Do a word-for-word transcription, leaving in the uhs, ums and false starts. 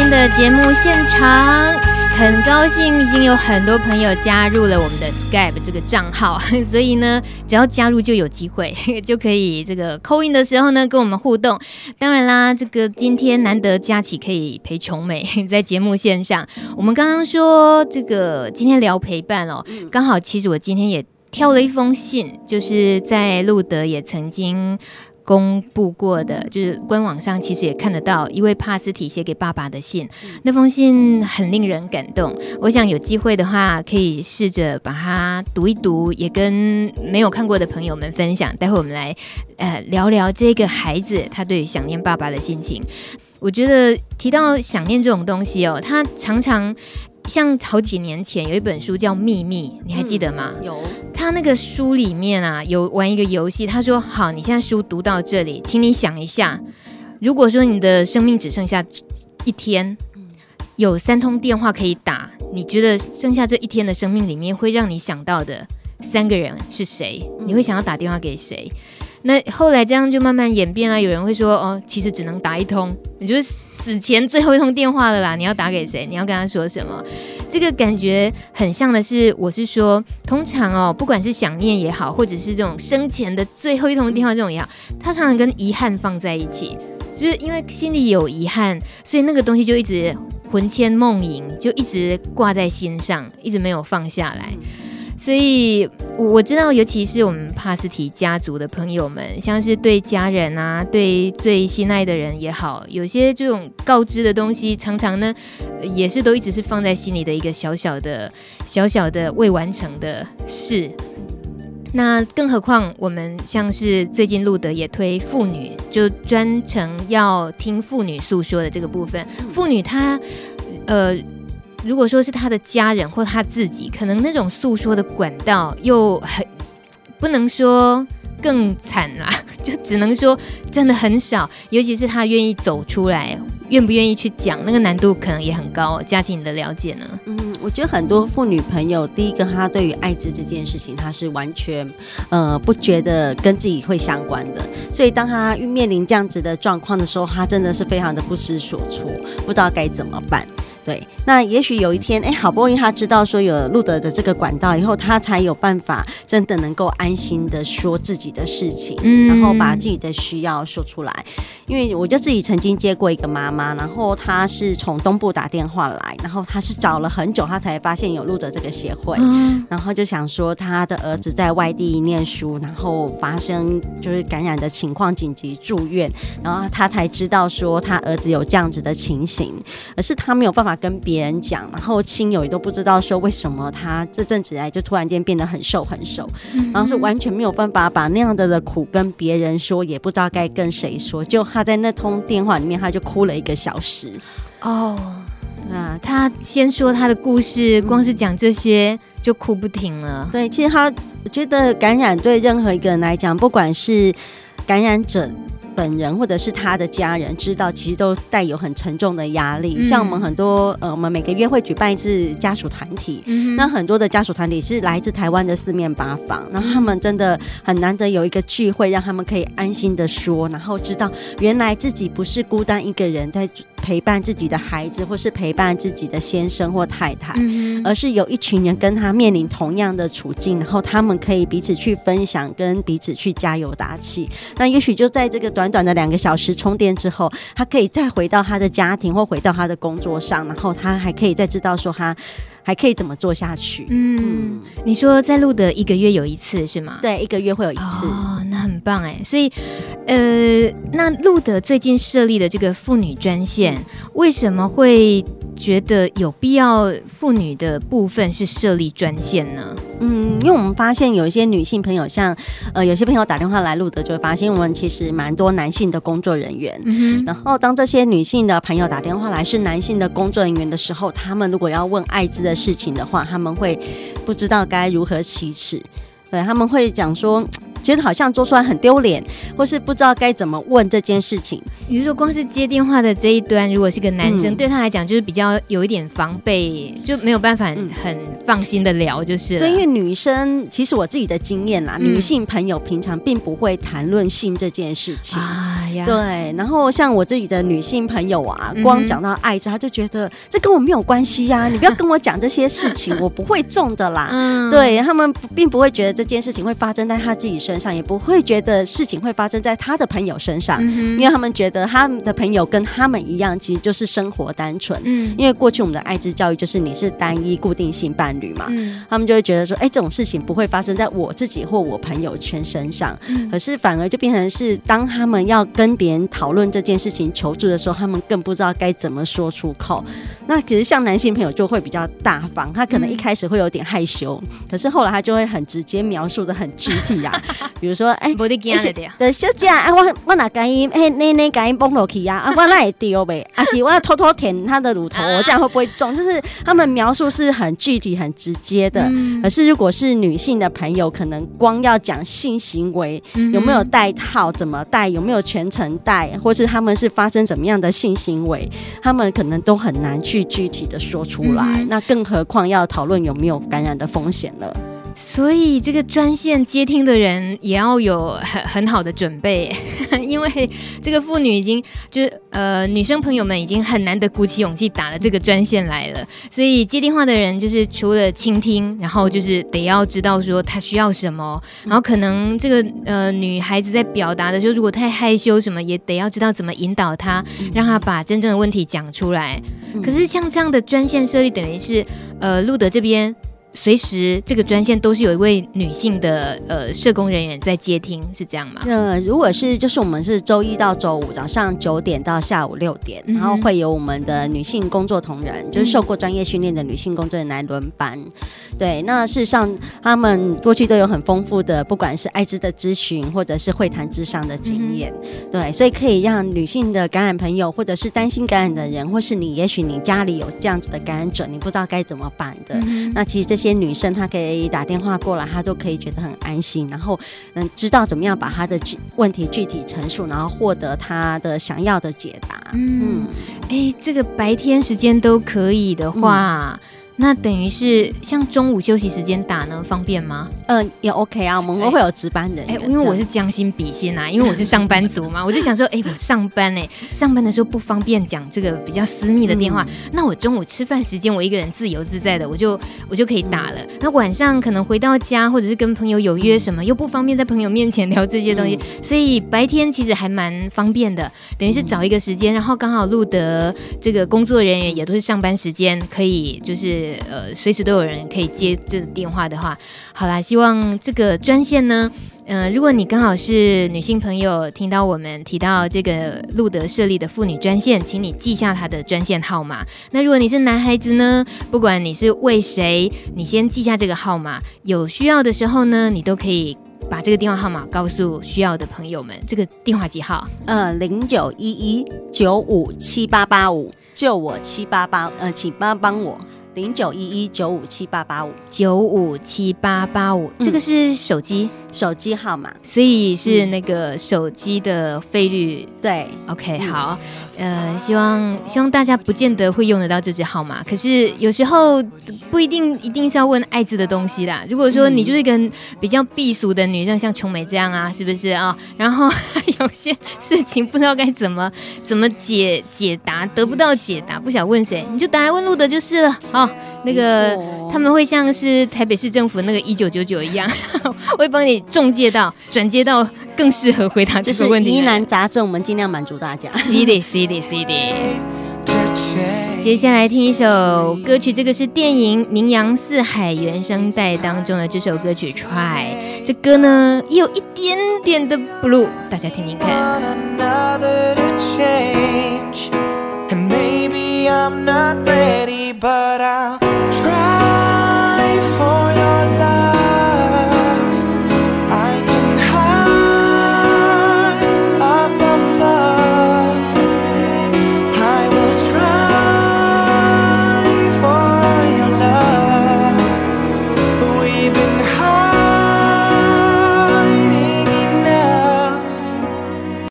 天的节目现场，很高兴已经有很多朋友加入了我们的 Skype 这个账号，所以呢，只要加入就有机会，就可以这个 call in 的时候呢跟我们互动。当然啦，这个今天难得佳琪可以陪琼美在节目线上。我们刚刚说这个今天聊陪伴哦，刚好其实我今天也挑了一封信，就是在路德也曾经公布过的，就是官网上其实也看得到一位帕斯提写给爸爸的信，那封信很令人感动。我想有机会的话可以试着把它读一读，也跟没有看过的朋友们分享。待会我们来呃聊聊这个孩子他对于想念爸爸的心情。我觉得提到想念这种东西哦，他常常像好几年前有一本书叫《秘密》，你还记得吗？ 嗯、有。 他那个书里面啊，有玩一个游戏。他说：“好，你现在书读到这里，请你想一下，如果说你的生命只剩下一天，有三通电话可以打，你觉得剩下这一天的生命里面会让你想到的三个人是谁？你会想要打电话给谁？”那后来这样就慢慢演变了，有人会说哦，其实只能打一通，你就是死前最后一通电话了啦，你要打给谁？你要跟他说什么？这个感觉很像的是，我是说，通常哦，不管是想念也好，或者是这种生前的最后一通电话这种也好，它常常跟遗憾放在一起，就是因为心里有遗憾，所以那个东西就一直魂牵梦萦，就一直挂在心上，一直没有放下来。所以我知道，尤其是我们帕斯提家族的朋友们，像是对家人啊，对最心爱的人也好，有些这种告知的东西，常常呢也是都一直是放在心里的一个小小的小小的未完成的事。那更何况我们像是最近路德也推妇女，就专程要听妇女诉说的这个部分。妇女她呃如果说是他的家人或他自己，可能那种诉说的管道又很不能说更惨啦，就只能说真的很少，尤其是他愿意走出来，愿不愿意去讲，那个难度可能也很高。佳琪，你的了解呢？ 嗯，我觉得很多妇女朋友，第一个她对于艾滋这件事情，她是完全呃不觉得跟自己会相关的，所以当她面临这样子的状况的时候，她真的是非常的不知所措，不知道该怎么办。对，那也许有一天，哎，好不容易他知道说有路德的这个管道以后，他才有办法真的能够安心的说自己的事情，嗯，然后把自己的需要说出来。因为我就自己曾经接过一个妈妈，然后她是从东部打电话来，然后她是找了很久，她才发现有路德这个协会，嗯，然后就想说她的儿子在外地念书，然后发生就是感染的情况，紧急住院，然后她才知道说她儿子有这样子的情形，而是她没有办法跟别人讲，然后亲友也都不知道说为什么他这阵子来就突然间变得很瘦很瘦，嗯，然后是完全没有办法把那样的的苦跟别人说，也不知道该跟谁说，就他在那通电话里面他就哭了一个小时。 哦，啊，他先说他的故事，光是讲这些就哭不停了。 对，其实他我觉得感染对任何一个人来讲，不管是感染者本人或者是他的家人知道，其实都带有很沉重的压力，嗯，像我们很多呃，我们每个月会举办一次家属团体，嗯，那很多的家属团体是来自台湾的四面八方，然后他们真的很难得有一个聚会，让他们可以安心的说，然后知道原来自己不是孤单一个人在陪伴自己的孩子，或是陪伴自己的先生或太太，嗯，而是有一群人跟他面临同样的处境，然后他们可以彼此去分享，跟彼此去加油打气。那也许就在这个短短的两个小时充电之后，他可以再回到他的家庭或回到他的工作上，然后他还可以再知道说他还可以怎么做下去。 嗯, 嗯你说在路德一个月有一次是吗？ 对，一个月会有一次。 哦，那很棒哎。所以呃，那路德最近设立的这个妇女专线，为什么会觉得有必要妇女的部分是设立专线呢？ 嗯，因为我们发现有一些女性朋友，像呃有些朋友打电话来路德，就会发现我们其实蛮多男性的工作人员，嗯，然后当这些女性的朋友打电话来是男性的工作人员的时候，他们如果要问艾滋的事情的话，他们会不知道该如何启齿。对，他们会讲说觉得好像做出来很丢脸，或是不知道该怎么问这件事情。 你是说光是接电话的这一端，如果是个男生，嗯、对他来讲就是比较有一点防备，就没有办法很、嗯、很放心的聊，就是了。 对，因为女生其实我自己的经验啦、嗯，女性朋友平常并不会谈论性这件事情。啊呀，对。然后像我自己的女性朋友啊，光讲到艾滋，她就觉得这跟我没有关系呀、啊，你不要跟我讲这些事情，我不会中的啦。嗯、对，他们并不会觉得这件事情会发生在他自己身上，也不会觉得事情会发生在他的朋友身上，嗯、因为他们觉得他们的朋友跟他们一样，其实就是生活单纯。嗯，因为过去我们的艾滋教育就是你是单一固定性伴侣嘛，嗯、他们就会觉得说，哎，这种事情不会发生在我自己或我朋友圈身上。嗯、可是反而就变成是，当他们要跟别人讨论这件事情、求助的时候，他们更不知道该怎么说出口。那其实像男性朋友就会比较大方，他可能一开始会有点害羞，嗯、可是后来他就会很直接描述的很具体啊，比如说，哎、欸，的小姐啊，我我哪敢伊，哎，那那敢伊蹦落去啊，啊，我那会丢呗，啊是我要偷偷舔他的乳头，我这样会不会中？就是他们描述是很具体、很直接的。嗯、可是如果是女性的朋友，可能光要讲性行为、嗯、有没有戴套、怎么戴、有没有全程戴，或是他们是发生怎么样的性行为，他们可能都很难去具体的说出来。嗯、那更何况要讨论有没有感染的风险了。 所以这个专线接听的人也要有很很好的准备，因为这个妇女已经就是呃女生朋友们已经很难得鼓起勇气打了这个专线来了，所以接电话的人就是除了倾听，然后就是得要知道说她需要什么，然后可能这个呃女孩子在表达的时候，如果太害羞什么，也得要知道怎么引导她，让她把真正的问题讲出来。可是像这样的专线设立，等于是呃路德这边。随时这个专线都是有一位女性的呃社工人员在接听，是这样吗？ 呃，如果是就是我们是周一到周五早上九点到下午六点，嗯、然后会有我们的女性工作同仁，就是受过专业训练的女性工作人员来轮班。对，那事实上他们过去都有很丰富的，不管是艾滋的咨询或者是会谈咨商的经验。嗯、对，所以可以让女性的感染朋友，或者是担心感染的人，或是你也许你家里有这样子的感染者，你不知道该怎么办的。嗯、那其实这些女生她可以打电话过来，她都可以觉得很安心，然后嗯知道怎么样把她的问题具体陈述，然后获得她的想要的解答。 嗯，哎、嗯，这个白天时间都可以的话。嗯那等于是像中午休息时间打呢，方便吗？ 嗯、呃，也 OK 啊，我们会有值班人员。 哎、欸，因为我是将心比心啊，因为我是上班族嘛，我就想说，哎、欸，我上班哎、欸，上班的时候不方便讲这个比较私密的电话，嗯、那我中午吃饭时间我一个人自由自在的，我就我就可以打了。那晚上可能回到家或者是跟朋友有约什么，又不方便在朋友面前聊这些东西，嗯、所以白天其实还蛮方便的，等于是找一个时间，然后刚好路德这个工作人员也都是上班时间，可以就是。呃，随时都有人可以接这个电话的话，好啦，希望这个专线呢，呃，如果你刚好是女性朋友，听到我们提到这个路德设立的妇女专线，请你记下他的专线号码。那如果你是男孩子呢，不管你是为谁，你先记下这个号码，有需要的时候呢，你都可以把这个电话号码告诉需要的朋友们。这个电话几号？ 呃，零九一一九五七八八五，救我七八八，呃，请帮帮我。零九一一九五七八八五九五七八八五，这个是手机、 嗯、手机号码， 所以是那个手机的费率。 对 ，OK， 好，呃，希望希望大家不见得会用得到这支号码，可是有时候不一定一定是要问艾滋的东西啦。如果说你就是一个比较避俗的女生，像琼美这样啊，是不是啊、哦？然后有些事情不知道该怎么怎么解解答，得不到解答，不晓得问谁，你就打来问路德就是了，哦。那个他们会像是台北市政府那个一九九九一样，我会帮你中介到转接到更适合回答这个问题。 疑难杂症，我们尽量满足大家。 是的，是的，是的。接下来听一首歌曲，这个是电影《名扬四海》原声带当中的这首歌曲《Try》。这歌呢也有一点点的 blue， 大家听听看。 And maybe I'm not ready, but I'll